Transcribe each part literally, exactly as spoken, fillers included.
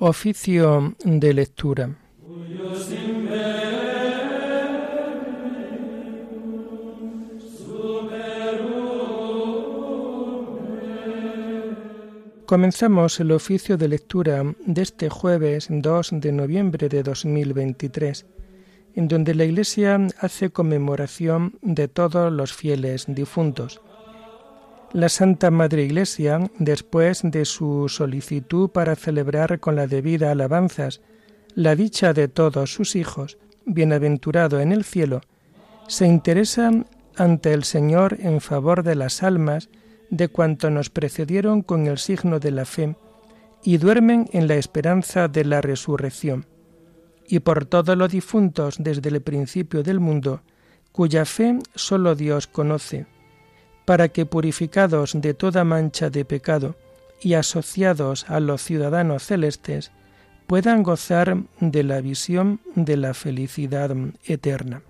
Oficio de lectura. Comenzamos el oficio de lectura de este jueves dos de noviembre de dos mil veintitrés, en donde la Iglesia hace conmemoración de todos los fieles difuntos. La Santa Madre Iglesia, después de su solicitud para celebrar con la debida alabanzas la dicha de todos sus hijos, bienaventurado en el cielo, se interesa ante el Señor en favor de las almas de cuantos nos precedieron con el signo de la fe y duermen en la esperanza de la resurrección, y por todos los difuntos desde el principio del mundo, cuya fe sólo Dios conoce, para que, purificados de toda mancha de pecado y asociados a los ciudadanos celestes, puedan gozar de la visión de la felicidad eterna.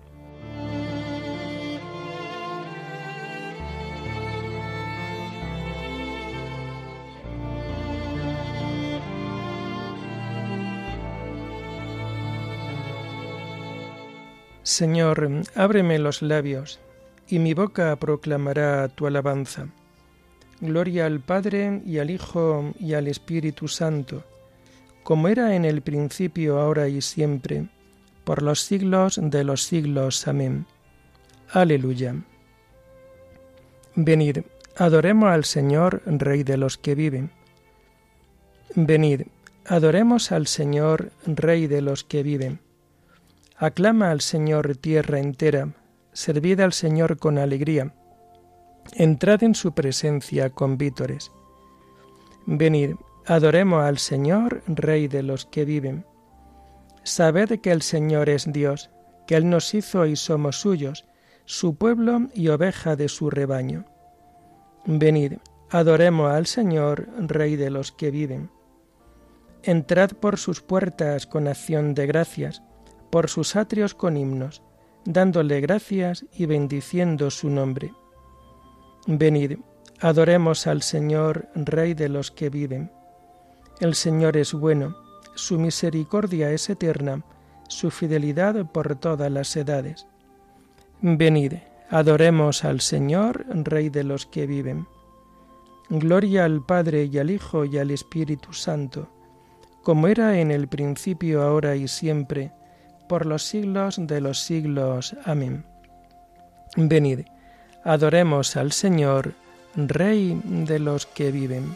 Señor, ábreme los labios, y mi boca proclamará tu alabanza. Gloria al Padre, y al Hijo, y al Espíritu Santo, como era en el principio, ahora y siempre, por los siglos de los siglos. Amén. Aleluya. Venid, adoremos al Señor, Rey de los que viven. Venid, adoremos al Señor, Rey de los que viven. Aclama al Señor tierra entera, servid al Señor con alegría, entrad en su presencia con vítores. Venid, adoremos al Señor, Rey de los que viven. Sabed que el Señor es Dios, que Él nos hizo y somos suyos, su pueblo y oveja de su rebaño. Venid, adoremos al Señor, Rey de los que viven. Entrad por sus puertas con acción de gracias, por sus atrios con himnos, dándole gracias y bendiciendo su nombre. Venid, adoremos al Señor, Rey de los que viven. El Señor es bueno, su misericordia es eterna, su fidelidad por todas las edades. Venid, adoremos al Señor, Rey de los que viven. Gloria al Padre y al Hijo y al Espíritu Santo, como era en el principio, ahora y siempre, por los siglos de los siglos. Amén. Venid, adoremos al Señor, Rey de los que viven.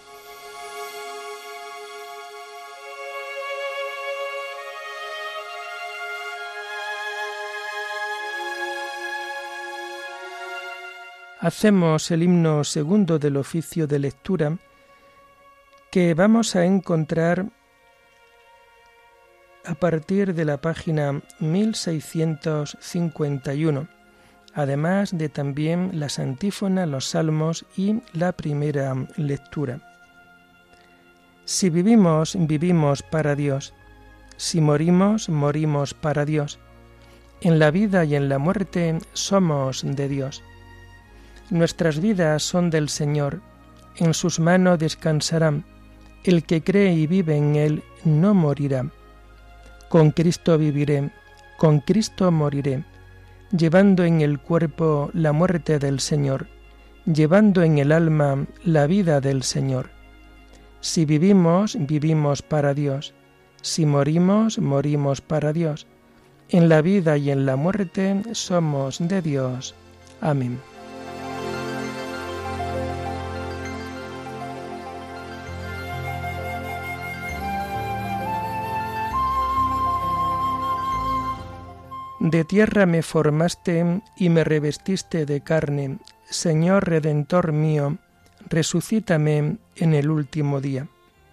Hacemos el himno segundo del oficio de lectura, que vamos a encontrar a partir de la página mil seiscientos cincuenta y uno, además de también las antífonas, los salmos y la primera lectura. Si vivimos, vivimos para Dios. Si morimos, morimos para Dios. En la vida y en la muerte somos de Dios. Nuestras vidas son del Señor, en sus manos descansarán. El que cree y vive en Él no morirá. Con Cristo viviré, con Cristo moriré, llevando en el cuerpo la muerte del Señor, llevando en el alma la vida del Señor. Si vivimos, vivimos para Dios. Si morimos, morimos para Dios. En la vida y en la muerte somos de Dios. Amén. De tierra me formaste y me revestiste de carne. Señor Redentor mío, resucítame en el último día.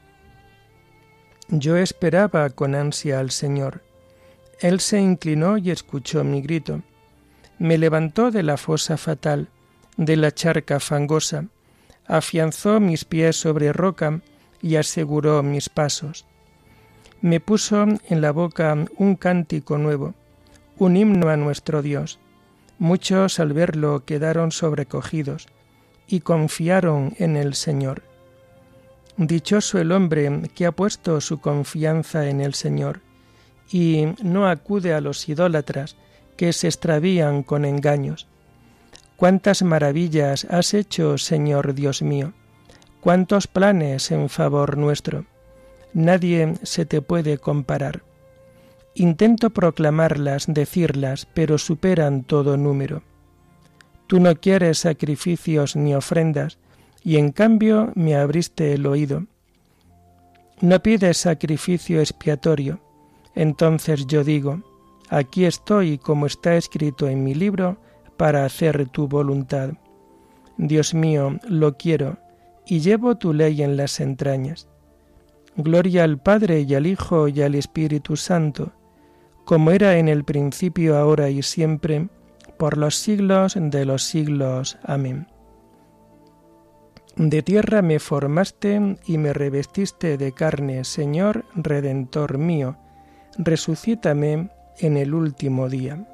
Yo esperaba con ansia al Señor. Él se inclinó y escuchó mi grito. Me levantó de la fosa fatal, de la charca fangosa, afianzó mis pies sobre roca y aseguró mis pasos. Me puso en la boca un cántico nuevo, un himno a nuestro Dios. Muchos al verlo quedaron sobrecogidos y confiaron en el Señor. Dichoso el hombre que ha puesto su confianza en el Señor y no acude a los idólatras que se extravían con engaños. Cuántas maravillas has hecho, Señor Dios mío, cuántos planes en favor nuestro. Nadie se te puede comparar. Intento proclamarlas, decirlas, pero superan todo número. Tú no quieres sacrificios ni ofrendas, y en cambio me abriste el oído. No pides sacrificio expiatorio. Entonces yo digo, aquí estoy como está escrito en mi libro, para hacer tu voluntad. Dios mío, lo quiero, y llevo tu ley en las entrañas. Gloria al Padre y al Hijo y al Espíritu Santo, como era en el principio, ahora y siempre, por los siglos de los siglos. Amén. De tierra me formaste y me revestiste de carne, Señor, Redentor mío, resucítame en el último día.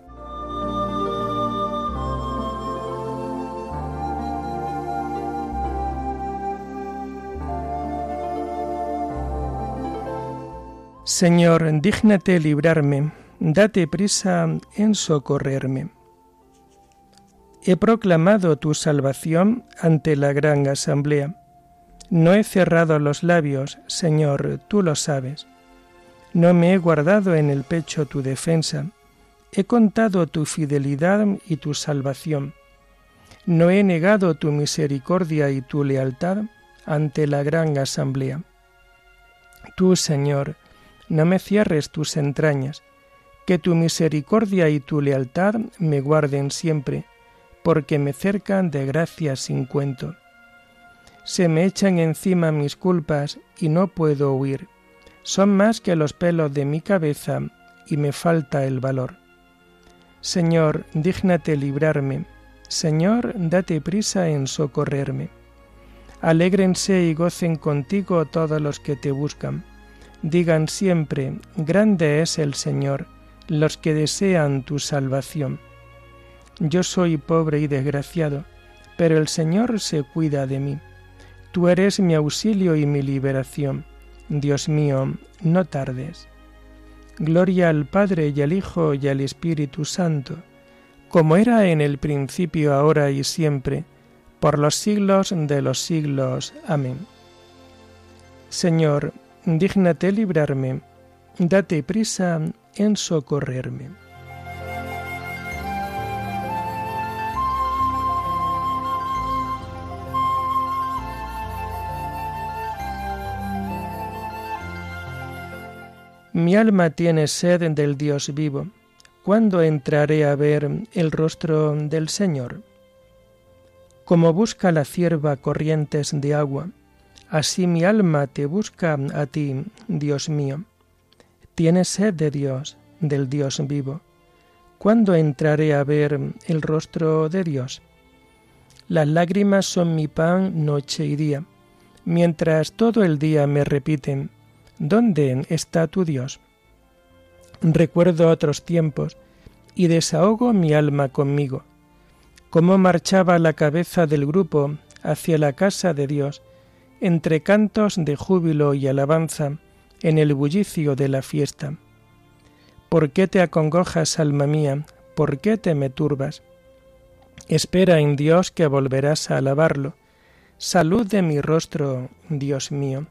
Señor, dígnate librarme, date prisa en socorrerme. He proclamado tu salvación ante la gran asamblea. No he cerrado los labios, Señor, tú lo sabes. No me he guardado en el pecho tu defensa. He contado tu fidelidad y tu salvación. No he negado tu misericordia y tu lealtad ante la gran asamblea. Tú, Señor, no me cierres tus entrañas, que tu misericordia y tu lealtad me guarden siempre, porque me cercan de gracias sin cuento. Se me echan encima mis culpas y no puedo huir. Son más que los pelos de mi cabeza y me falta el valor. Señor, dígnate librarme. Señor, date prisa en socorrerme. Alégrense y gocen contigo todos los que te buscan. Digan siempre, grande es el Señor, los que desean tu salvación. Yo soy pobre y desgraciado, pero el Señor se cuida de mí. Tú eres mi auxilio y mi liberación. Dios mío, no tardes. Gloria al Padre y al Hijo y al Espíritu Santo, como era en el principio, ahora y siempre, por los siglos de los siglos. Amén. Señor, dígnate librarme, date prisa en socorrerme. Mi alma tiene sed del Dios vivo. ¿Cuándo entraré a ver el rostro del Señor? Como busca la cierva corrientes de agua, así mi alma te busca a ti, Dios mío. Tiene sed de Dios, del Dios vivo. ¿Cuándo entraré a ver el rostro de Dios? Las lágrimas son mi pan noche y día, mientras todo el día me repiten, ¿dónde está tu Dios? Recuerdo otros tiempos y desahogo mi alma conmigo. Cómo marchaba la cabeza del grupo hacia la casa de Dios, entre cantos de júbilo y alabanza, en el bullicio de la fiesta. ¿Por qué te acongojas, alma mía? ¿Por qué te me turbas? Espera en Dios que volverás a alabarlo. Salud de mi rostro, Dios mío.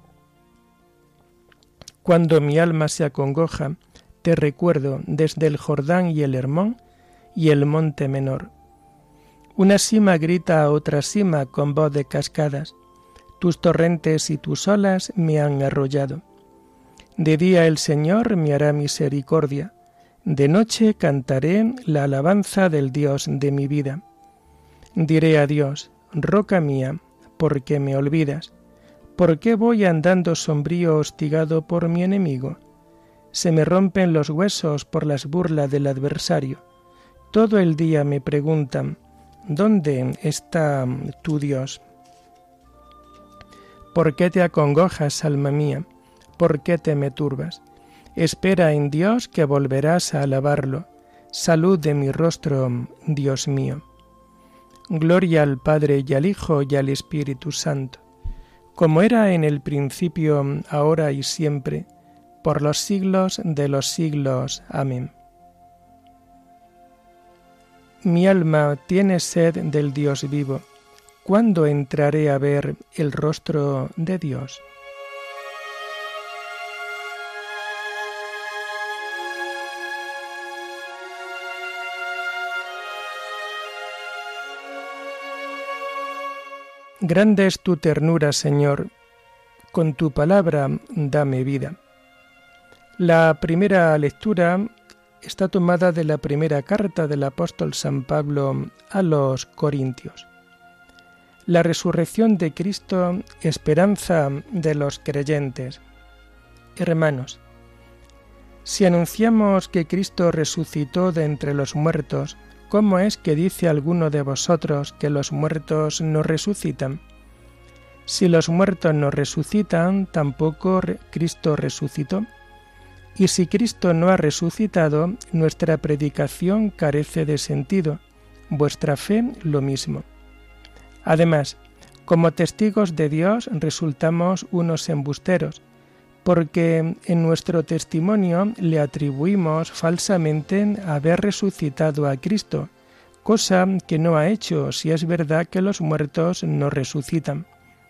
Cuando mi alma se acongoja, te recuerdo desde el Jordán y el Hermón y el monte menor. Una sima grita a otra sima con voz de cascadas. Tus torrentes y tus olas me han arrollado. De día el Señor me hará misericordia. De noche cantaré la alabanza del Dios de mi vida. Diré a Dios, roca mía, ¿por qué me olvidas? ¿Por qué voy andando sombrío hostigado por mi enemigo? Se me rompen los huesos por las burlas del adversario. Todo el día me preguntan, ¿dónde está tu Dios? ¿Por qué te acongojas, alma mía? ¿Por qué te me turbas? Espera en Dios que volverás a alabarlo. Salud de mi rostro, Dios mío. Gloria al Padre y al Hijo y al Espíritu Santo, como era en el principio, ahora y siempre, por los siglos de los siglos. Amén. Mi alma tiene sed del Dios vivo. ¿Cuándo entraré a ver el rostro de Dios? Grande es tu ternura, Señor, con tu palabra dame vida. La primera lectura está tomada de la primera carta del apóstol San Pablo a los Corintios. La resurrección de Cristo, esperanza de los creyentes. Hermanos, si anunciamos que Cristo resucitó de entre los muertos, ¿cómo es que dice alguno de vosotros que los muertos no resucitan? Si los muertos no resucitan, tampoco Cristo resucitó. Y si Cristo no ha resucitado, nuestra predicación carece de sentido, vuestra fe lo mismo. Además, como testigos de Dios resultamos unos embusteros, porque en nuestro testimonio le atribuimos falsamente haber resucitado a Cristo, cosa que no ha hecho si es verdad que los muertos no resucitan.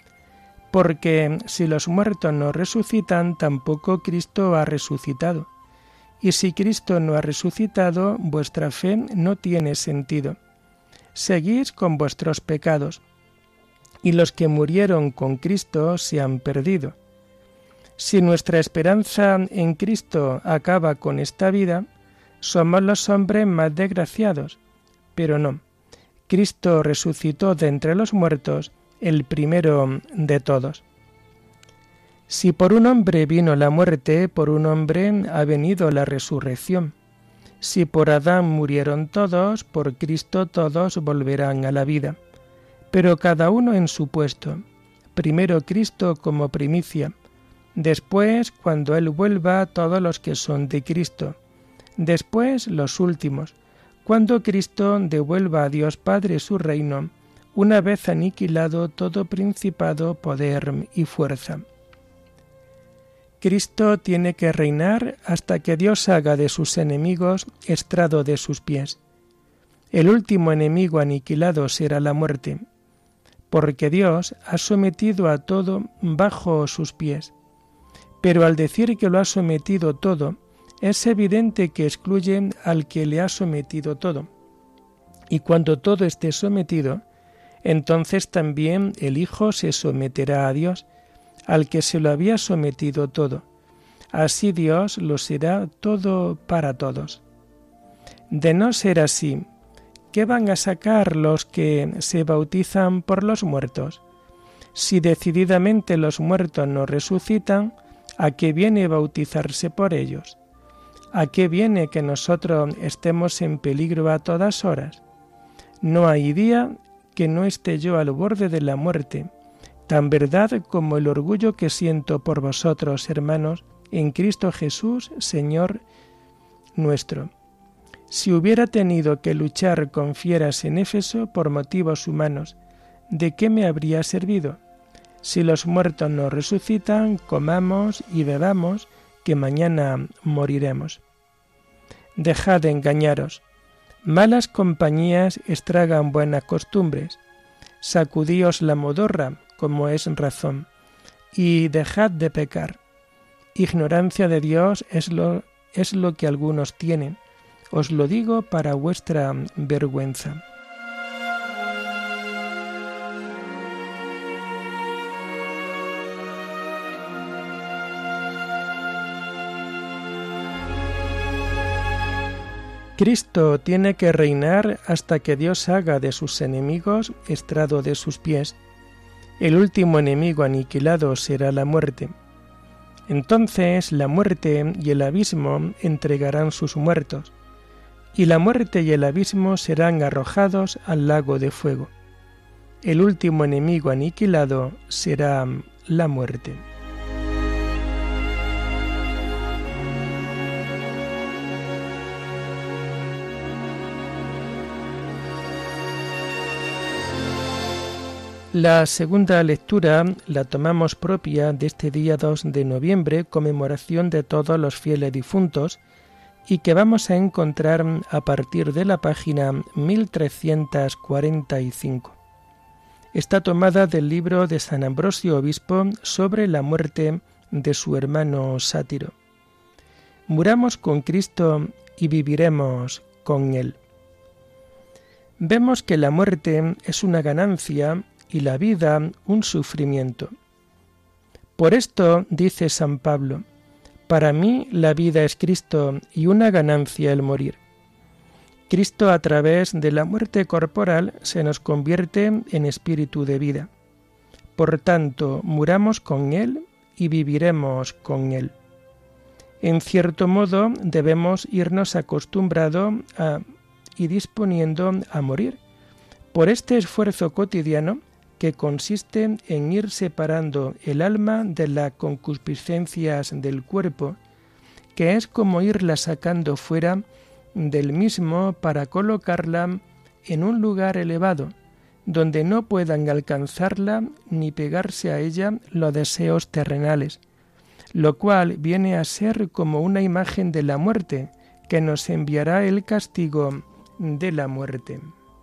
Porque si los muertos no resucitan, tampoco Cristo ha resucitado. Y si Cristo no ha resucitado, vuestra fe no tiene sentido. Seguís con vuestros pecados, y los que murieron con Cristo se han perdido. Si nuestra esperanza en Cristo acaba con esta vida, somos los hombres más desgraciados. Pero no, Cristo resucitó de entre los muertos, el primero de todos. Si por un hombre vino la muerte, por un hombre ha venido la resurrección. Si por Adán murieron todos, por Cristo todos volverán a la vida. Pero cada uno en su puesto. Primero Cristo como primicia. Después, cuando Él vuelva, todos los que son de Cristo. Después, los últimos, cuando Cristo devuelva a Dios Padre su reino, una vez aniquilado todo principado, poder y fuerza. Cristo tiene que reinar hasta que Dios haga de sus enemigos estrado de sus pies. El último enemigo aniquilado será la muerte, porque Dios ha sometido a todo bajo sus pies. Pero al decir que lo ha sometido todo, es evidente que excluye al que le ha sometido todo. Y cuando todo esté sometido, entonces también el Hijo se someterá a Dios, al que se lo había sometido todo. Así Dios lo será todo para todos. De no ser así, ¿qué van a sacar los que se bautizan por los muertos? Si decididamente los muertos no resucitan, ¿a qué viene bautizarse por ellos? ¿A qué viene que nosotros estemos en peligro a todas horas? No hay día que no esté yo al borde de la muerte, tan verdad como el orgullo que siento por vosotros, hermanos, en Cristo Jesús, Señor nuestro. Si hubiera tenido que luchar con fieras en Éfeso por motivos humanos, ¿de qué me habría servido? Si los muertos no resucitan, comamos y bebamos, que mañana moriremos. Dejad de engañaros. Malas compañías estragan buenas costumbres. Sacudíos la modorra, como es razón, y dejad de pecar. Ignorancia de Dios es lo, es lo que algunos tienen. Os lo digo para vuestra vergüenza. Cristo tiene que reinar hasta que Dios haga de sus enemigos estrado de sus pies. El último enemigo aniquilado será la muerte. Entonces la muerte y el abismo entregarán sus muertos, y la muerte y el abismo serán arrojados al lago de fuego. El último enemigo aniquilado será la muerte. La segunda lectura la tomamos propia de este día dos de noviembre, conmemoración de todos los fieles difuntos, y que vamos a encontrar a partir de la página mil trescientos cuarenta y cinco. Está tomada del libro de San Ambrosio Obispo sobre la muerte de su hermano Sátiro. Muramos con Cristo y viviremos con Él. Vemos que la muerte es una ganancia y la vida un sufrimiento. Por esto dice San Pablo: para mí la vida es Cristo y una ganancia el morir. Cristo, a través de la muerte corporal, se nos convierte en espíritu de vida. Por tanto, muramos con Él y viviremos con Él. En cierto modo, debemos irnos acostumbrado a, y disponiendo a morir, por este esfuerzo cotidiano que consiste en ir separando el alma de las concupiscencias del cuerpo, que es como irla sacando fuera del mismo para colocarla en un lugar elevado, donde no puedan alcanzarla ni pegarse a ella los deseos terrenales, lo cual viene a ser como una imagen de la muerte, que nos enviará el castigo de la muerte.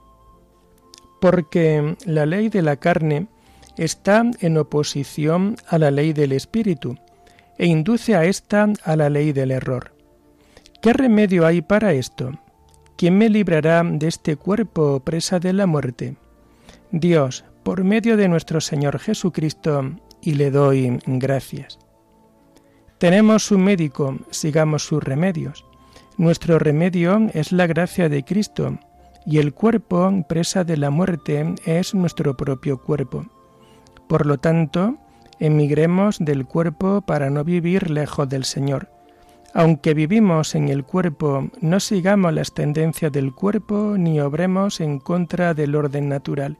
Porque la ley de la carne está en oposición a la ley del espíritu, e induce a ésta a la ley del error. ¿Qué remedio hay para esto? ¿Quién me librará de este cuerpo presa de la muerte? Dios, por medio de nuestro Señor Jesucristo, y le doy gracias. Tenemos un médico, sigamos sus remedios. Nuestro remedio es la gracia de Cristo, y el cuerpo presa de la muerte es nuestro propio cuerpo. Por lo tanto, emigremos del cuerpo para no vivir lejos del Señor. Aunque vivimos en el cuerpo, no sigamos las tendencias del cuerpo ni obremos en contra del orden natural.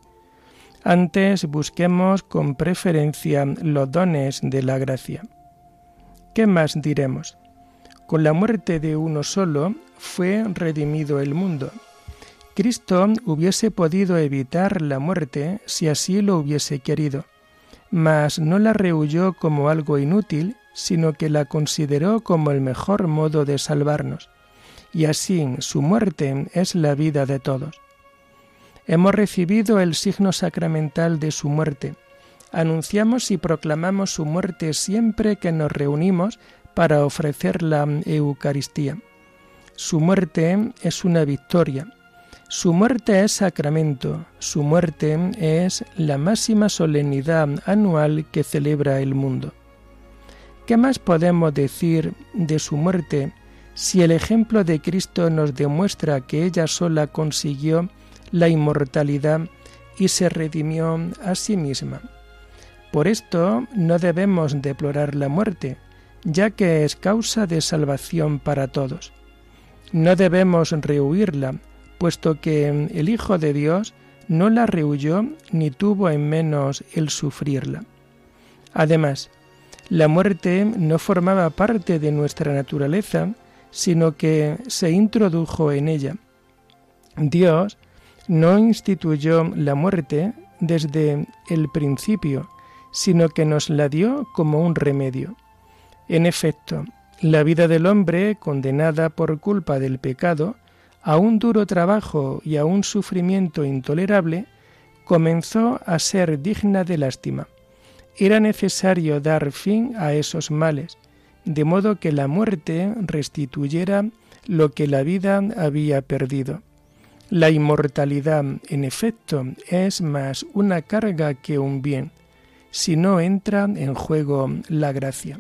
Antes busquemos con preferencia los dones de la gracia. ¿Qué más diremos? Con la muerte de uno solo fue redimido el mundo. Cristo hubiese podido evitar la muerte si así lo hubiese querido, mas no la rehuyó como algo inútil, sino que la consideró como el mejor modo de salvarnos, y así su muerte es la vida de todos. Hemos recibido el signo sacramental de su muerte. Anunciamos y proclamamos su muerte siempre que nos reunimos para ofrecer la Eucaristía. Su muerte es una victoria. Su muerte es sacramento, su muerte es la máxima solemnidad anual que celebra el mundo. ¿Qué más podemos decir de su muerte si el ejemplo de Cristo nos demuestra que ella sola consiguió la inmortalidad y se redimió a sí misma? Por esto no debemos deplorar la muerte, ya que es causa de salvación para todos. No debemos rehuirla, puesto que el Hijo de Dios no la rehuyó ni tuvo en menos el sufrirla. Además, la muerte no formaba parte de nuestra naturaleza, sino que se introdujo en ella. Dios no instituyó la muerte desde el principio, sino que nos la dio como un remedio. En efecto, la vida del hombre, condenada por culpa del pecado, a un duro trabajo y a un sufrimiento intolerable, comenzó a ser digna de lástima. Era necesario dar fin a esos males, de modo que la muerte restituyera lo que la vida había perdido. La inmortalidad, en efecto, es más una carga que un bien, si no entra en juego la gracia.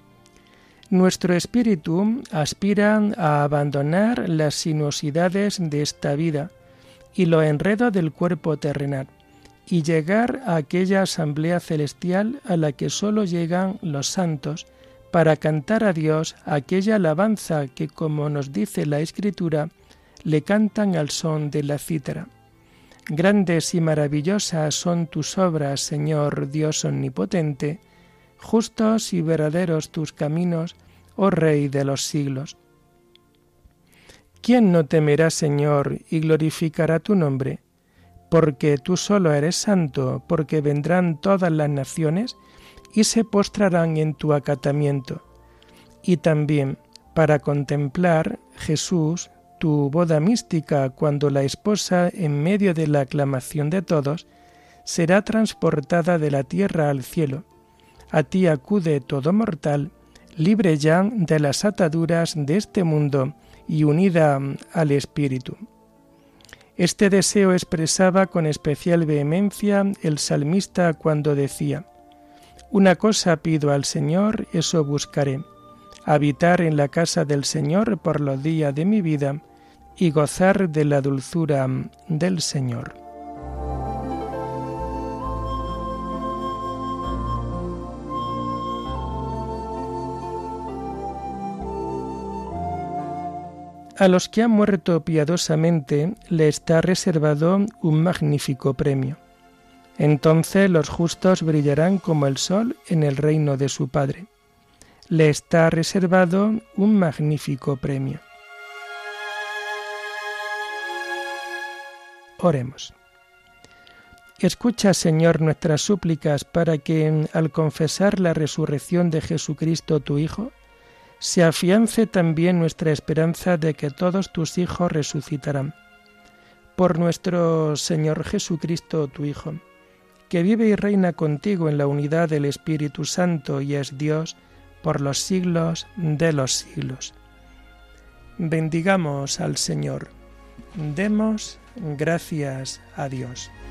Nuestro espíritu aspira a abandonar las sinuosidades de esta vida y los enredos del cuerpo terrenal, y llegar a aquella asamblea celestial a la que sólo llegan los santos para cantar a Dios aquella alabanza que, como nos dice la Escritura, le cantan al son de la cítara. Grandes y maravillosas son tus obras, Señor Dios omnipotente, justos y verdaderos tus caminos, oh Rey de los siglos. ¿Quién no temerá, Señor, y glorificará tu nombre? porque tú solo eres santo, porque vendrán todas las naciones y se postrarán en tu acatamiento. Y también para contemplar, Jesús, tu boda mística, cuando la esposa, en medio de la aclamación de todos, será transportada de la tierra al cielo. A ti acude todo mortal, libre ya de las ataduras de este mundo y unida al Espíritu. Este deseo expresaba con especial vehemencia el salmista cuando decía: «Una cosa pido al Señor, eso buscaré, habitar en la casa del Señor por los días de mi vida y gozar de la dulzura del Señor». A los que han muerto piadosamente le está reservado un magnífico premio. Entonces los justos brillarán como el sol en el reino de su Padre. Le está reservado un magnífico premio. Oremos. Escucha, Señor, nuestras súplicas para que, al confesar la resurrección de Jesucristo, tu Hijo, se afiance también nuestra esperanza de que todos tus hijos resucitarán. Por nuestro Señor Jesucristo, tu Hijo, que vive y reina contigo en la unidad del Espíritu Santo y es Dios por los siglos de los siglos. Bendigamos al Señor. Demos gracias a Dios.